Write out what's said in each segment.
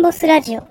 ンボスラジオ。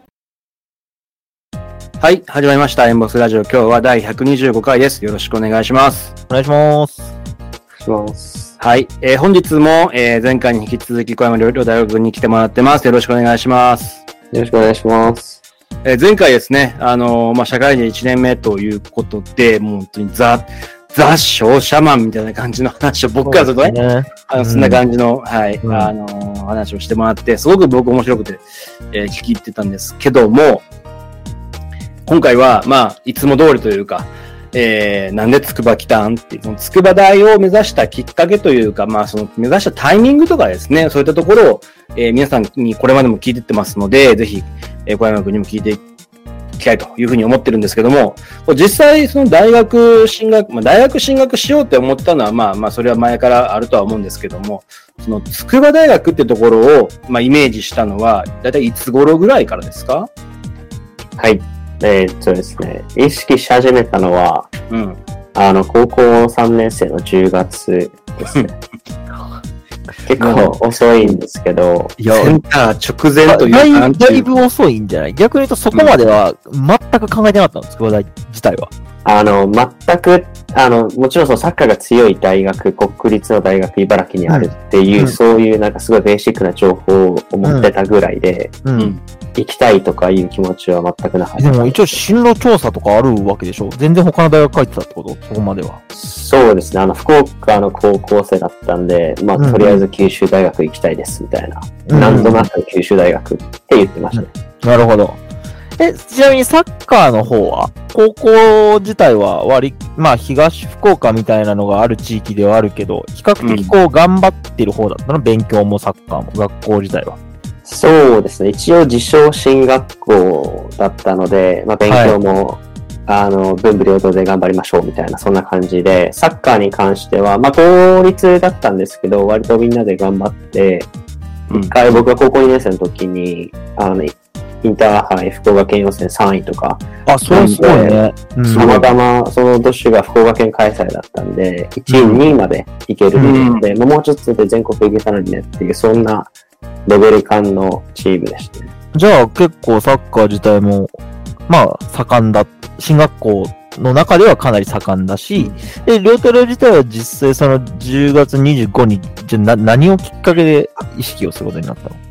はい、始まりました。エンボスラジオ。今日は第125回です。よろしくお願いします。 お願いします。 お願いします。 はい、本日も、前回に引き続き小山亮大学に来てもらってます。よろしくお願いします。 よろしくお願いします。 前回ですね、社会人1年目ということで、もう本当にザ商社マンみたいな感じの話を僕からするとね、そんな感じの、はい、話をしてもらって、すごく僕面白くて、聞き入ってたんですけども、今回は、いつも通りというか、なんで筑波来たんっていう、筑波大を目指したきっかけというか、その目指したタイミングとかですね、そういったところを、皆さんにこれまでも聞いてってますので、ぜひ、小山君にも聞いていきたいというふうに思ってるんですけども、実際、その大学進学しようって思ったのは、それは前からあるとは思うんですけども、その筑波大学ってところを、イメージしたのは、だいたいいつ頃ぐらいからですか？ はい。ですね、意識し始めたのは、高校3年生の10月ですね。結構遅いんですけど。 いや、センター直前というか。 だいぶ遅いんじゃない？逆に言うとそこまでは全く考えてなかったんです、筑波大自体は。 全く、もちろんそのサッカーが強い大学、国立の大学、茨城にあるっていう、そういうなんかすごいベーシックな情報を持ってたぐらいで、行きたいとかいう気持ちは全くなかった。 でも一応進路調査とかあるわけでしょ？全然他の大学書いてたってこと？そこまでは。 そうですね。福岡の高校生だったんで、とりあえず九州大学行きたいですみたいな。なんとなく九州大学って言ってましたね。 なるほど。ちなみにサッカーの方は、高校自体は東福岡みたいなのがある地域ではあるけど、比較的頑張ってる方だったの？勉強もサッカーも、学校自体は。 そうですね。一応自称進学校だったので、勉強も、文武両道で頑張りましょうみたいな、そんな感じで、サッカーに関しては、公立だったんですけど、割とみんなで頑張って、一回僕が高校2年生の時に、インターハイ福岡県予選3位とか。 あ、そうすごいね。 たまたまその年が福岡県開催だったんで、1位、2位まで行けるので、もうちょっとで全国行けたのにねっていう、そんなレベル感のチームでしたね。 じゃあ結構サッカー自体も、盛んだ。進学校の中ではかなり盛んだし、両太郎自体は実際その10月25日、じゃ何をきっかけで意識をすることになったの？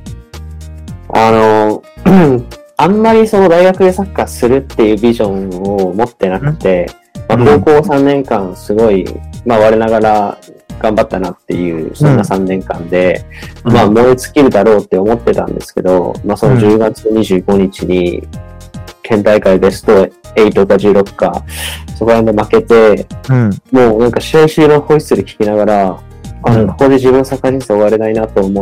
あんまりその大学でサッカーするっていうビジョンを持ってなくて、高校3年間すごい、我ながら頑張ったなっていう、そんな3年間で、燃え尽きるだろうって思ってたんですけど、その10月25日に、県大会ベスト8か16か、そこら辺で負けて、もうなんか試合終了のホイッスル聞きながら、ここで自分のサッカー人生終われないなと思って、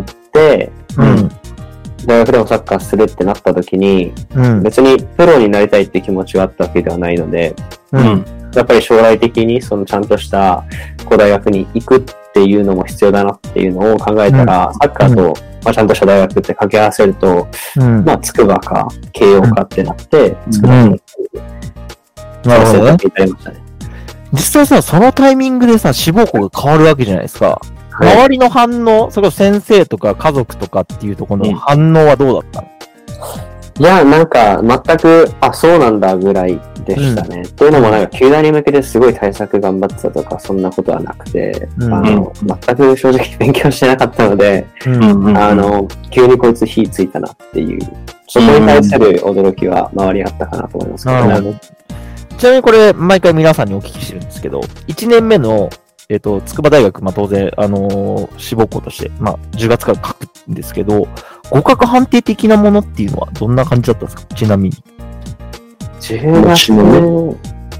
大学でもサッカーするってなった時に、別にプロになりたいって気持ちがあったわけではないので、やっぱり将来的にそのちゃんとした大学に行くっていうのも必要だなっていうのを考えたら、サッカーと、ちゃんとした大学って掛け合わせると、筑波か慶応かってなって、筑波になるほどね。 至りましたね。 実際さ、そのタイミングでさ、志望校が変わるわけじゃないですか。周りの反応、それこそ先生とか家族とかっていうところの反応はどうだったの？ いや、なんか、全く、そうなんだぐらいでしたね。というのも、球団に向けてすごい対策頑張ってたとか、そんなことはなくて、全く正直勉強してなかったので、急にこいつ火ついたなっていう、そこに対する驚きは周りあったかなと思いますけどね。 ちなみにこれ、毎回皆さんにお聞きしてるんですけど、1年目の、筑波大学、当然、志望校として、10月から書くんですけど、合格判定的なものっていうのはどんな感じだったんですか？ちなみに。 10月の、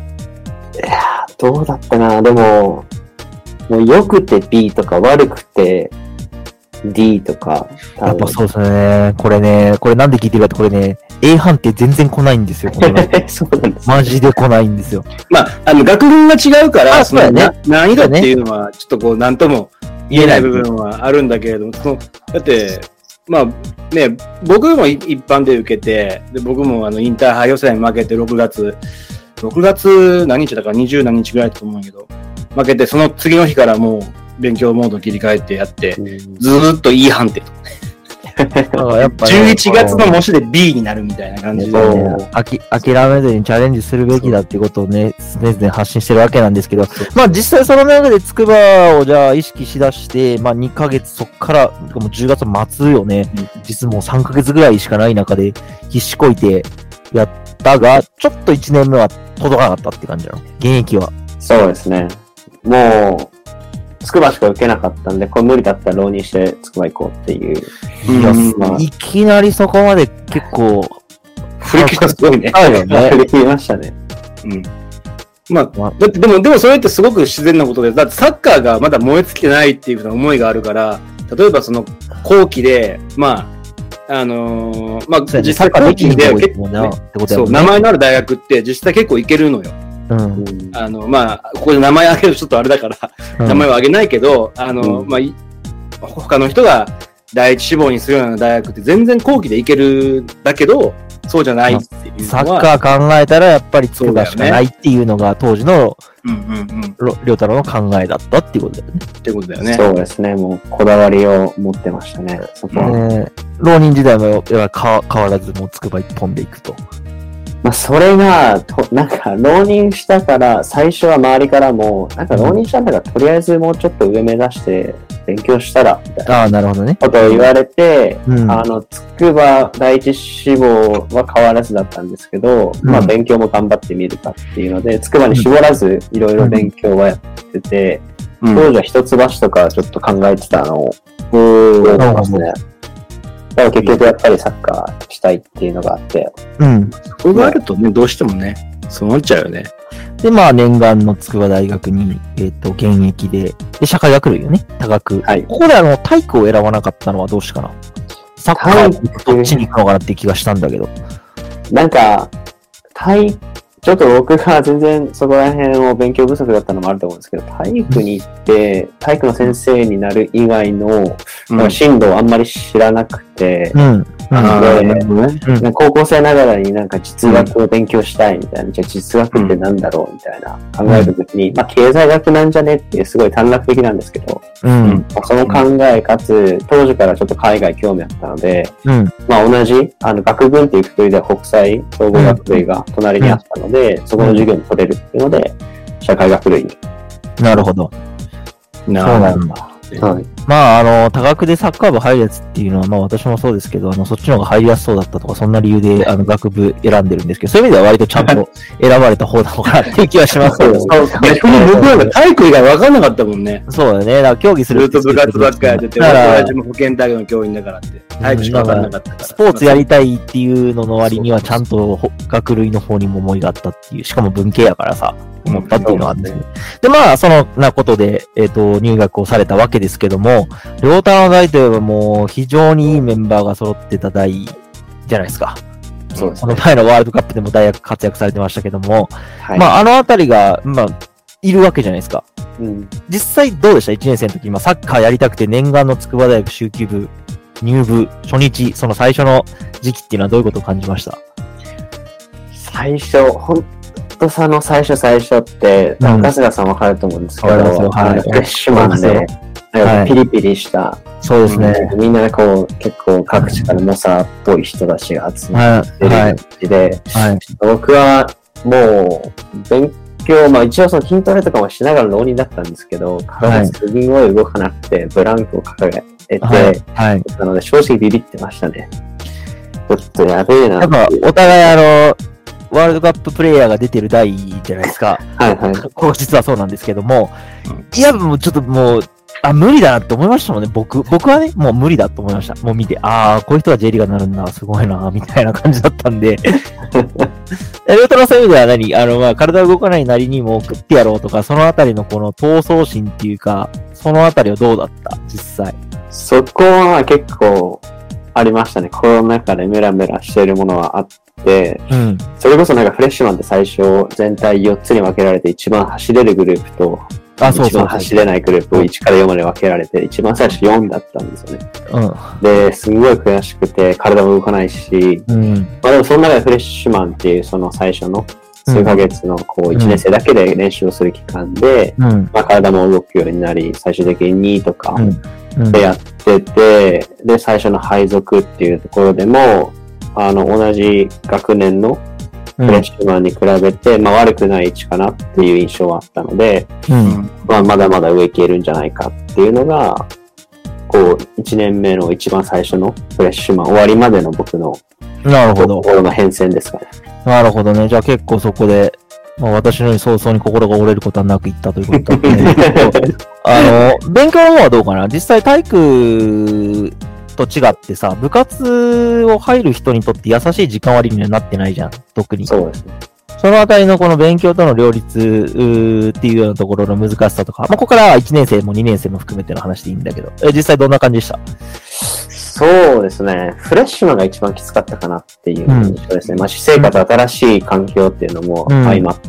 どうだったな。でもう良くて B とか悪くて D とか。 やっぱそうですね。これなんで聞いてるかって、これね、A 判定全然来ないんですよ。これね、 そうなんです。 マジで来ないんですよ。 学群が違うから、 そうだね。 難易度っていうのは、ちょっとなんとも言えない部分はあるんだけれども、だって、僕も一般で受けて、で僕もインターハイ予選負けて6月何日だから20何日ぐらいだと思うんだけど、負けて、その次の日からもう勉強モード切り替えてやって、ずーっといい判定と。 やっぱ 11月の模試で B になるみたいな感じで、 諦めずにチャレンジするべきだっていうことをね、常々発信してるわけなんですけど、まあ実際その中で筑波をじゃあ意識しだして、まあ2ヶ月そっからもう10月末よね、実もう3ヶ月ぐらいしかない中で必死こいてやったが、ちょっと1年目は届かなかったって感じなの？現役は。 そうですね。もう、筑波しか受けなかったんで、これ無理だったら浪人して筑波行こうっていう。 いきなりそこまで結構、 振り切ったすごいね。 あるよね。 振り切りましたね。 うん。まあ、だってでもそれってすごく自然なことで、だってサッカーがまだ燃え尽きてないっていうふうな思いがあるから、例えばその後期で、まあ、実際後期で結構ね、そう、名前のある大学って実際結構行けるのよ。ここで名前挙げるとちょっとあれだから、名前は挙げないけど、他の人が第一志望にするような大学って全然後期で行けるだけど、そうじゃないっていうのは。 サッカー考えたらやっぱり筑波しかないっていうのが当時の亮太郎の考えだったっていうことだよね。 ってことだよね。 そうですね。もうこだわりを持ってましたね。そこは。 浪人時代も変わらずもう筑波一本で行くと。 まあ、それが、なんか、浪人したから、最初は周りからも、なんか浪人したんだから、とりあえずもうちょっと上目指して勉強したら、みたいな。 なるほどね。 ことを言われて、筑波第一志望は変わらずだったんですけど、まあ、勉強も頑張ってみるかっていうので、筑波に絞らず、いろいろ勉強はやってて、当時は一橋とかちょっと考えてたのを、覚えてますね。だから結局やっぱりサッカーしたいっていうのがあって。 そこがあるとね、どうしてもね、そうなっちゃうよね。 で、まあ念願の筑波大学に、現役で、社会学類よね、多学。 はい。 ここで体育を選ばなかったのはどうしてかな？サッカーどっちに行くのかなって気がしたんだけど。 なんか、ちょっと僕が全然そこら辺を勉強不足だったのもあると思うんですけど、体育に行って、体育の先生になる以外の進路をあんまり知らなくて、高校生ながらになんか実学を勉強したいみたいな、じゃあ実学ってなんだろうみたいな考えたときに、まあ経済学なんじゃねっていうすごい短絡的なんですけど、その考えかつ、当時からちょっと海外興味あったので、まあ同じ、学部っていうくくりでは国際総合学類が隣にあったので、そこの授業に取れるっていうので、社会学類に。 なるほど。そうなんだ。はい。まあ、多学でサッカー部入るやつっていうのは、まあ私もそうですけど、そっちの方が入りやすそうだったとか、そんな理由で、学部選んでるんですけど、そういう意味では割とちゃんと選ばれた方なのかなっていう気はしますけど。 逆に僕なんか体育以外分かんなかったもんね。 そうだね。だから競技する。 ずっと部活ばっかやってて、私も保健体育の教員だからって。体育しか分かんなかったから。 スポーツやりたいっていうのの割には、ちゃんと学類の方にも思いがあったっていう、しかも文系やからさ。思ったっていうのはあって、で、まあ、そのなことで、入学をされたわけですけども、両太の代といえばもう非常にいいメンバーが揃ってた代じゃないですか。 そうですね。 その前のワールドカップでも大学活躍されてましたけども、まあ、あたりが、まあ、いるわけじゃないですか。実際どうでした ?1 年生の時、サッカーやりたくて念願の筑波大学秋季部入部初日、その最初の時期っていうのはどういうことを感じました？ 最初、その最初って、春日さんわかると思うんですけど、フレッシュマンで、ピリピリした、 そうですね。 みんなこう、結構各地から猛者っぽい人たちが集まってる感じで、僕はもう、勉強、まあ一応その筋トレとかもしながら浪人だったんですけど、体すごい動かなくて、ブランクを掲げて、なので正直ビビってましたね。ちょっとやべえな。 やっぱ、お互いワールドカッププレイヤーが出てる代じゃないですか。ここ実はそうなんですけども、いや、もうちょっともう、無理だなって思いましたもんね。僕はね、もう無理だと思いました。もう見て、こういう人が J リーガーになるんだ、すごいな、みたいな感じだったんで。両太郎そういう意味では体動かないなりにも食ってやろうとか、そのあたりのこの闘争心っていうか、そのあたりはどうだった実際。 そこは結構ありましたね。コロナ禍でメラメラしているものはあって、それこそなんかフレッシュマンって最初全体4つに分けられて一番走れるグループと一番走れないグループを1から4まで分けられて、一番最初4だったんですよね。で、すんごい悔しくて体も動かないし、まあでもその中でフレッシュマンっていうその最初の数ヶ月のこう1年生だけで練習をする期間で、まあ体も動くようになり、最終的に2とか、 でやってて、で、最初の配属っていうところでも、同じ学年のフレッシュマンに比べて、まあ悪くない位置かなっていう印象はあったので、まあまだまだ上行けるんじゃないかっていうのが、こう、1年目の一番最初のフレッシュマン終わりまでの僕の、 なるほど。 心の変遷ですかね。 なるほどね。じゃあ結構そこで、まあ私のように早々に心が折れることはなくいったということだったね。勉強の方はどうかな？実際体育と違ってさ、部活を入る人にとって優しい時間割にはなってないじゃん、特に。 そうですね。 そのあたりのこの勉強との両立っていうようなところの難しさとか、まあ、ここから1年生も2年生も含めての話でいいんだけど、実際どんな感じでした？ そうですね。フレッシュマンが一番きつかったかなっていう印象ですね。まあ、私生活、新しい環境っていうのも相まって、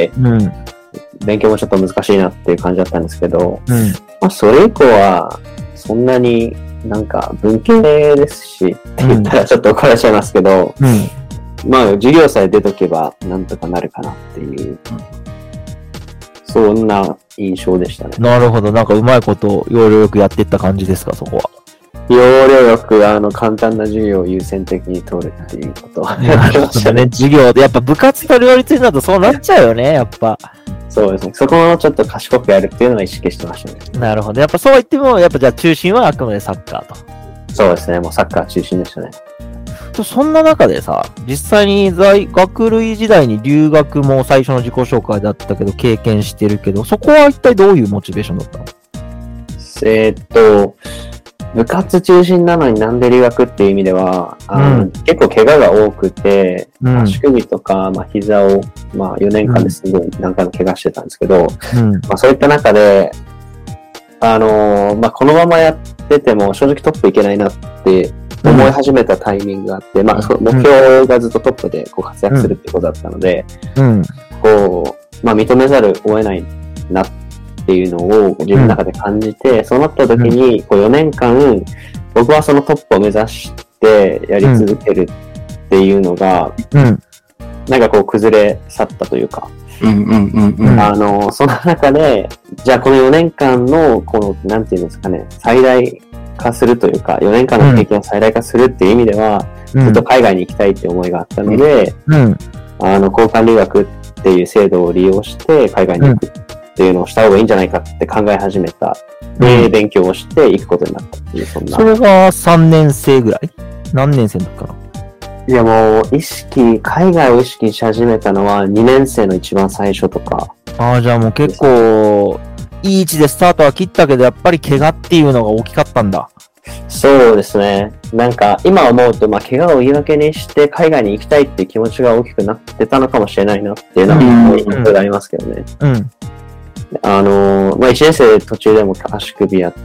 勉強もちょっと難しいなっていう感じだったんですけど、まあ、それ以降は、そんなになんか文系ですし、って言ったらちょっと怒られちゃいますけど、まあ、授業さえ出とけばなんとかなるかなっていう、そんな印象でしたね。 なるほど。なんかうまいこと要領よくやっていった感じですか、そこは。 要領よく、簡単な授業を優先的に取るっていうことはやりましたね。 授業で、やっぱ部活と両立になるとそうなっちゃうよね、やっぱ。 そうですね。そこをちょっと賢くやるっていうのは意識してましたね。 なるほど。やっぱそう言っても、やっぱじゃあ中心はあくまでサッカーと。 そうですね。もうサッカー中心でしたね。 そんな中でさ、実際に学類時代に留学も最初の自己紹介だったけど経験してるけど、そこは一体どういうモチベーションだったの？部活中心なのになんで留学っていう意味では、結構怪我が多くて、足首とか、まあ、膝を、まあ、4年間ですごい何回も怪我してたんですけど、まあ、そういった中で、まあ、このままやってても正直トップいけないなって思い始めたタイミングがあって、まあ、目標がずっとトップでこう活躍するってことだったので、こう、まあ、認めざるを得ないなっていうのを自分の中で感じて、そうなった時に、こう4年間、僕はそのトップを目指してやり続けるっていうのが、なんかこう崩れ去ったというか、その中で、じゃあこの4年間の、この、なんていうんですかね、最大化するというか、4年間の経験を最大化するっていう意味では、ずっと海外に行きたいって思いがあったので、交換留学っていう制度を利用して海外に行くっていうのをした方がいいんじゃないかって考え始めた。で、勉強をして行くことになったっていう、そんな。 それが3年生ぐらい？何年生だったかな？ いやもう、海外を意識し始めたのは2年生の一番最初とか。 ああ、じゃあもう結構、いい位置でスタートは切ったけど、やっぱり怪我っていうのが大きかったんだ。 そうですね。なんか、今思うと、まあ、怪我を言い訳にして海外に行きたいっていう気持ちが大きくなってたのかもしれないなっていうのは、印象がありますけどね。まあ、1年生途中でも足首やって、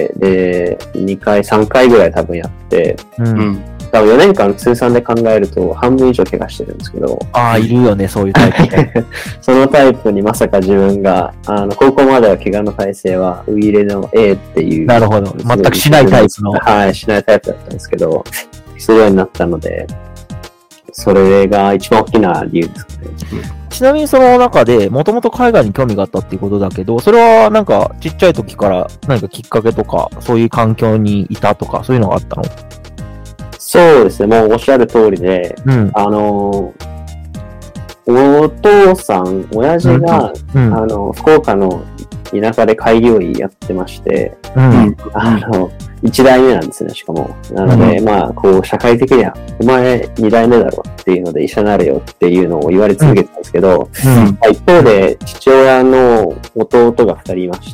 で、2回、3回ぐらい多分やって、多分4年間通算で考えると半分以上怪我してるんですけど。 ああ、いるよね、そういうタイプね。 そのタイプにまさか自分が、高校までは怪我の耐性はウイイレの A っていう。 なるほど。全くしないタイプの。 はい、しないタイプだったんですけど、するようになったので、それが一番大きな理由ですかね。 ちなみにその中で、もともと海外に興味があったっていうことだけど、それはなんかちっちゃい時から何かきっかけとか、そういう環境にいたとか、そういうのがあったの？ そうですね、もうおっしゃる通りで、お父さん、親父が、福岡の田舎で開業医やってまして、一代目なんですね、しかも。なので、まあ、こう、社会的には、お前二代目だろっていうので医者になるよっていうのを言われ続けてたんですけど、一方で、父親の弟が二人いまして、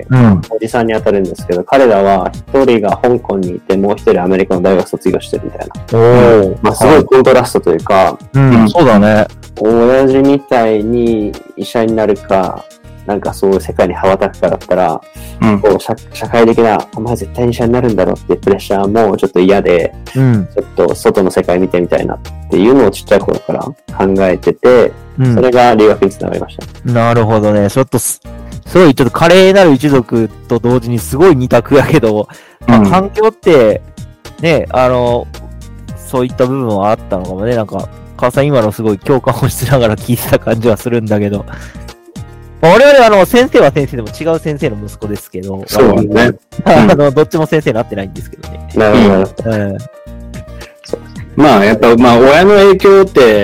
おじさんに当たるんですけど、彼らは一人が香港にいて、もう一人アメリカの大学卒業してるみたいな。まあ、すごいコントラストというか、 そうだね。 親父みたいに医者になるか、なんかそういう世界に羽ばたくかだったら、こう社会的な、お前絶対に医者になるんだろうっていうプレッシャーもちょっと嫌で、ちょっと外の世界見てみたいなっていうのをちっちゃい頃から考えてて、それが留学につながりました。 なるほどね。ちょっとすごいちょっと華麗なる一族と同時にすごい二択やけど、まあ、環境って、ね、そういった部分はあったのかもね。なんか、母さん今のすごい共感をしながら聞いてた感じはするんだけど。 我々は先生は先生でも違う先生の息子ですけど、 そうね。 どっちも先生になってないんですけどね。 なるほど。 まあ、やっぱ、まあ、親の影響って、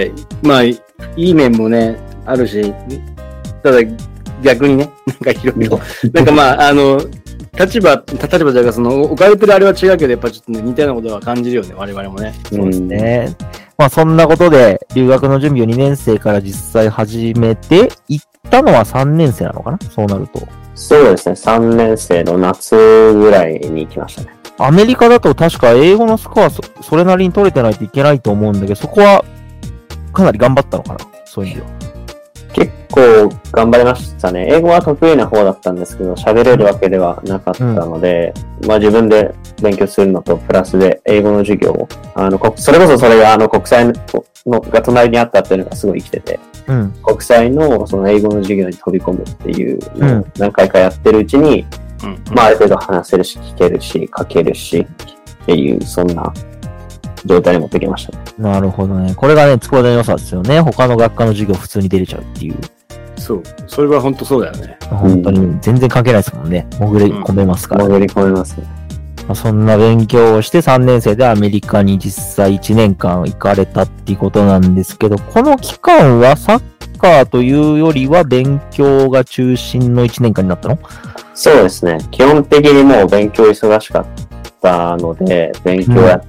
まあ、いい面もね、あるし、ただ、逆にね、なんかいろいろ、なんかまあ、立場というか、その、置かれてるあれは違うけど、やっぱちょっとね、似たようなことは感じるよね、我々もね。 そうですね。まあ、そんなことで、留学の準備を2年生から実際始めて、行ったのは3年生なのかな、そうなると。 そうですね。3年生の夏ぐらいに行きましたね。 アメリカだと確か英語のスコアそれなりに取れてないといけないと思うんだけど、そこはかなり頑張ったのかな、そういう意味では。 結構頑張りましたね。英語は得意な方だったんですけど、喋れるわけではなかったので、まあ自分で勉強するのと、プラスで英語の授業を、それこそそれが国際のが隣にあったっていうのがすごい生きてて、国際のその英語の授業に飛び込むっていうのを何回かやってるうちに、まあある程度話せるし、聞けるし、書けるし、っていう、そんな状態に持ってきました。 なるほどね。これがね、筑波大の良さですよね。他の学科の授業普通に出れちゃうっていう。 そう。それは本当そうだよね。 本当に全然関係ないですもんね。潜り込めますから。 潜り込めますね。 そんな勉強をして3年生でアメリカに実際1年間行かれたっていうことなんですけど、この期間はサッカーというよりは勉強が中心の1年間になったの？ そうですね。基本的にもう勉強忙しかったので、勉強やって、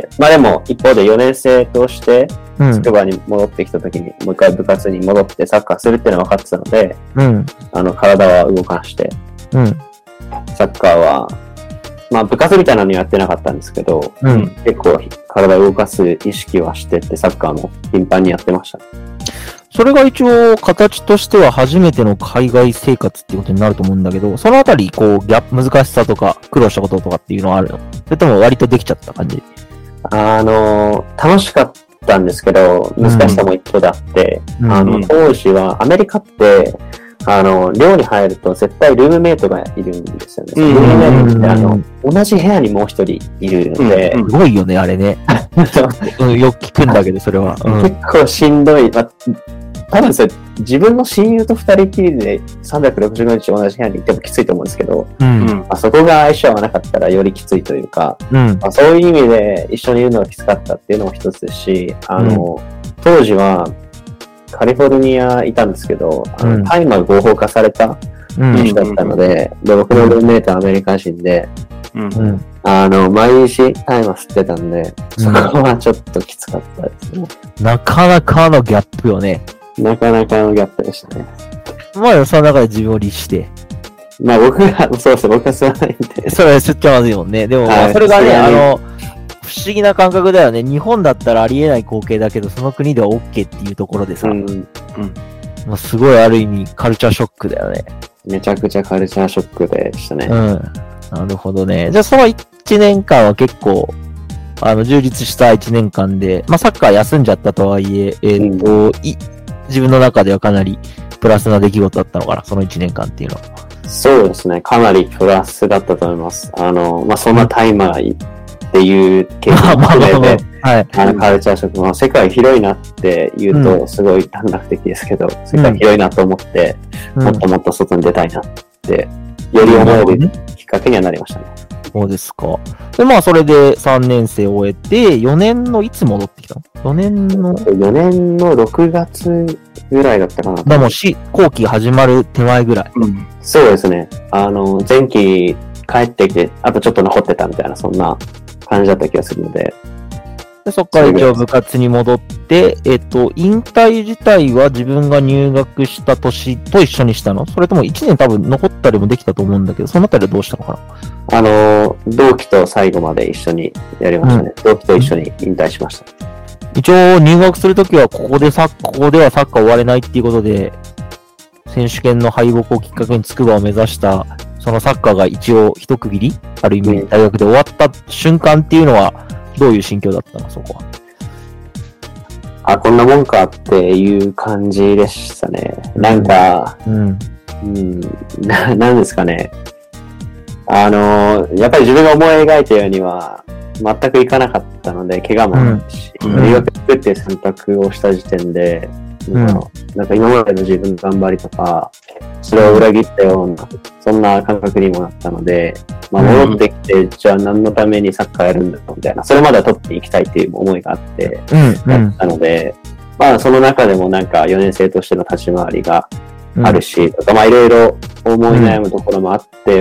まあでも一方で4年生として筑波に戻ってきた時に、もう一回部活に戻ってサッカーするっていうのは分かってたので、体は動かして、サッカーは、まあ部活みたいなのにはやってなかったんですけど、結構体を動かす意識はしてて、サッカーも頻繁にやってました。 それが一応形としては初めての海外生活っていうことになると思うんだけど、そのあたりこうギャップ、難しさとか苦労したこととかっていうのはあるの？それとも割とできちゃった感じ？ 楽しかったんですけど、難しさも一方であって、当時はアメリカって、寮に入ると絶対ルームメイトがいるんですよね。ルームメイトって同じ部屋にもう一人いるので。 すごいよね、あれね。よく聞くんだけど、それは。 結構しんどい。多分それ、自分の親友と二人きりで365日同じ部屋にいてもきついと思うんですけど、そこが相性合わなかったらよりきついというか、そういう意味で一緒にいるのがきつかったっていうのも一つですし、当時はカリフォルニアいたんですけど、大麻合法化された人だったので、僕のルームメイトはアメリカ人で、毎日大麻吸ってたんで、そこはちょっときつかったですね。 なかなかのギャップよね。 なかなかのギャップでしたね。 まあ、その中で自分を律して。 まあ僕は吸わないんで。 それ吸っちゃまずいもんね。でも、それがね、不思議な感覚だよね。日本だったらありえない光景だけど、その国では OK っていうところでさ。まあ、すごいある意味カルチャーショックだよね。 めちゃくちゃカルチャーショックでしたね。 なるほどね。じゃあその1年間は結構、充実した1年間で、まあサッカー休んじゃったとはいえ、自分の中ではかなりプラスな出来事だったのかな、その1年間っていうのは。 そうですね。かなりプラスだったと思います。まあそんなタイマーっていう経験も含めて、カルチャーショック、まあ世界広いなって言うとすごい短絡的ですけど、世界広いなと思って、もっともっと外に出たいなって、より思えるきっかけにはなりましたね。 そうですか。で、まあ、それで3年生を終えて、4年のいつ戻ってきたの ?4 年の ?4 年の6月ぐらいだったかな。 でも、後期始まる手前ぐらい。 そうですね。前期帰ってきて、あとちょっと残ってたみたいな、そんな感じだった気がするので。 でそこから一応部活に戻って、引退自体は自分が入学した年と一緒にしたの？それとも1年多分残ったりもできたと思うんだけど、そのあたりはどうしたのかな？同期と最後まで一緒にやりましたね。同期と一緒に引退しました。 一応入学するときはここではサッカー終われないっていうことで、選手権の敗北をきっかけに筑波を目指した、そのサッカーが一応一区切り、ある意味大学で終わった瞬間っていうのは、どういう心境だったの、そこは。こんなもんかっていう感じでしたね。なんか、なんですかね。やっぱり自分が思い描いたようには、全くいかなかったので、怪我もあるし、留学するっていう選択をした時点で、 なんか今までの自分の頑張りとか、それを裏切ったような、そんな感覚にもなったので、まあ戻ってきて、じゃあ何のためにサッカーやるんだろうみたいな、それまでは取っていきたいっていう思いがあって、やったので、まあその中でもなんか4年生としての立ち回りがあるし、とか、まあいろいろ思い悩むところもあって、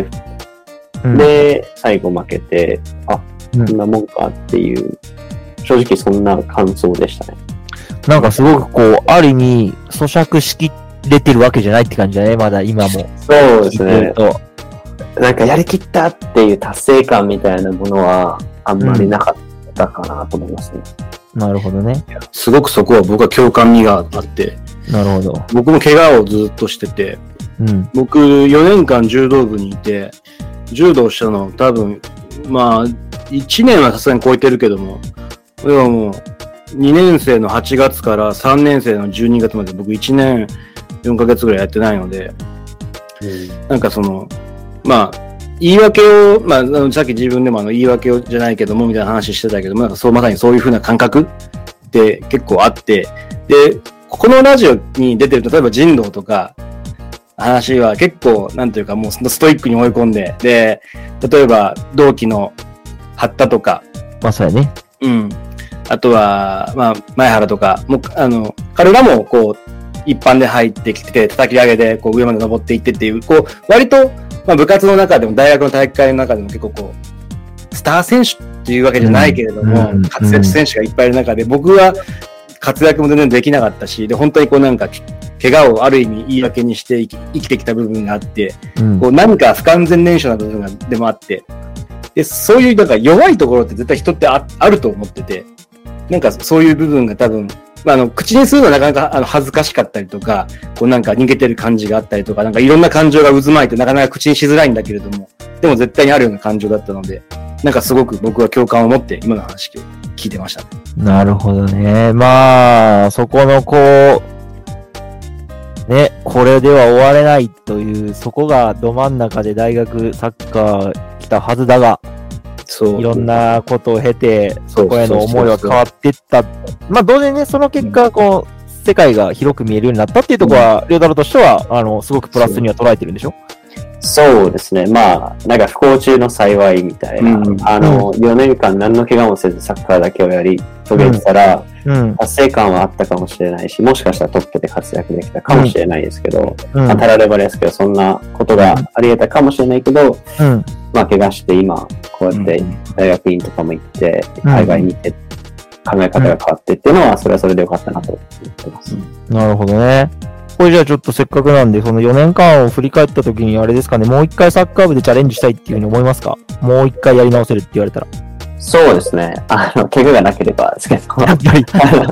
で、最後負けて、あ、こんなもんかっていう、正直そんな感想でしたね。 なんかすごくこう、ある意味、咀嚼しきれてるわけじゃないって感じだね、まだ今も。 そうですね。なんかやりきったっていう達成感みたいなものは、あんまりなかったかなと思いますね。 なるほどね。 すごくそこは僕は共感味があって。 なるほど。 僕も怪我をずっとしてて、僕4年間柔道部にいて、柔道したの多分、まあ、1年はさすがに超えてるけども、でももう、2年生の8月から3年生の12月まで僕1年4ヶ月ぐらいやってないので、なんかその、まあ、言い訳を、まあ、さっき自分でも言い訳をじゃないけどもみたいな話してたけども、なんかそう、まさにそういう風な感覚って結構あって、で、このラジオに出てると、例えば人道とか、話は結構、なんというかもうストイックに追い込んで、で、例えば同期の八田とか、 まあそうやね。 あとは、まあ、前原とか、もう、彼らもこう、一般で入ってきて、叩き上げで、こう、上まで登っていってっていう、こう、割と、まあ、部活の中でも、大学の体育会の中でも結構こう、スター選手っていうわけじゃないけれども、活躍選手がいっぱいいる中で、僕は活躍も全然できなかったし、で、本当にこうなんか、怪我をある意味言い訳にして生きてきた部分があって、こう何か不完全燃焼な部分がでもあって、で、そういうなんか弱いところって絶対人ってあると思ってて、なんかそういう部分が多分、まあ、口にするのはなかなか恥ずかしかったりとか、こうなんか逃げてる感じがあったりとか、なんかいろんな感情が渦巻いてなかなか口にしづらいんだけれども、でも絶対にあるような感情だったので、なんかすごく僕は共感を持って今の話を聞いてました。 なるほどね。まあ、そこのこう、ね、これでは終われないという、そこがど真ん中で大学サッカー来たはずだが、いろんなことを経て、そこへの思いは変わっていった。まあ、同時にね、その結果、こう、世界が広く見えるようになったっていうところは、りょうたろうとしては、すごくプラスには捉えてるんでしょ？ そうですね。まあ、なんか不幸中の幸いみたいな。4年間何の怪我もせずサッカーだけをやり遂げてたら、達成感はあったかもしれないし、もしかしたらトップで活躍できたかもしれないですけど、たらればですけど、そんなことがあり得たかもしれないけど、まあ、怪我して今、こうやって大学院とかも行って、海外に行って、考え方が変わってっていうのは、それはそれでよかったなと思ってます。 なるほどね。これじゃあちょっとせっかくなんで、その4年間を振り返った時にあれですかね、もう一回サッカー部でチャレンジしたいっていうふうに思いますか？もう一回やり直せるって言われたら。 そうですね。怪我がなければですけど。 やっぱり。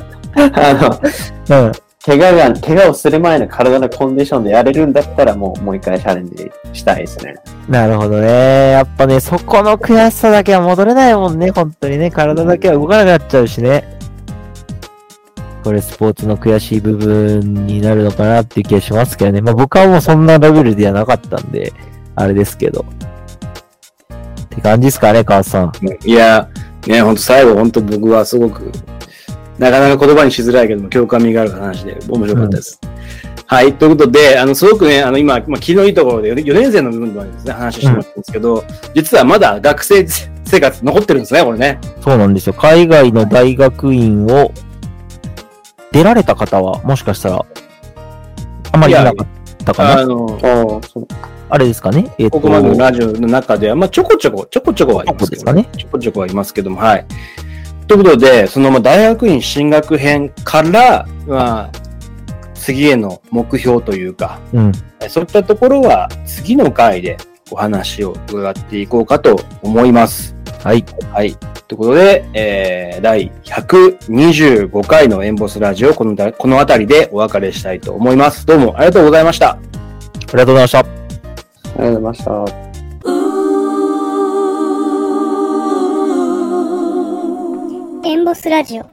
怪我をする前の体のコンディションでやれるんだったらもう一回チャレンジしたいですね。 なるほどね。やっぱね、そこの悔しさだけは戻れないもんね、本当にね。体だけは動かなくなっちゃうしね。これスポーツの悔しい部分になるのかなっていう気がしますけどね。まあ僕はもうそんなレベルではなかったんで、あれですけど。って感じですかね、川さん。 いや、ね、ほんと最後ほんと僕はすごく、なかなか言葉にしづらいけども、共感味がある話で面白かったです。はい、ということで、すごくね、今、気のいいところで4年生の部分ではですね、話してもらったんですけど、実はまだ学生生活残ってるんですね、これね。 そうなんですよ。海外の大学院を出られた方は、もしかしたら、あまりいなかったかな。あれですかね。 ここまでのラジオの中では、まあ、ちょこちょこはいますけどね。ちょこちょこはいますけども、はい。ということで、その大学院進学編から、まあ、次への目標というか、そういったところは次の回でお話を伺っていこうかと思います。 はい。 はい。ということで、第125回のエンボスラジオ、この辺りでお別れしたいと思います。どうもありがとうございました。 ありがとうございました。ありがとうございました。 エンボスラジオ。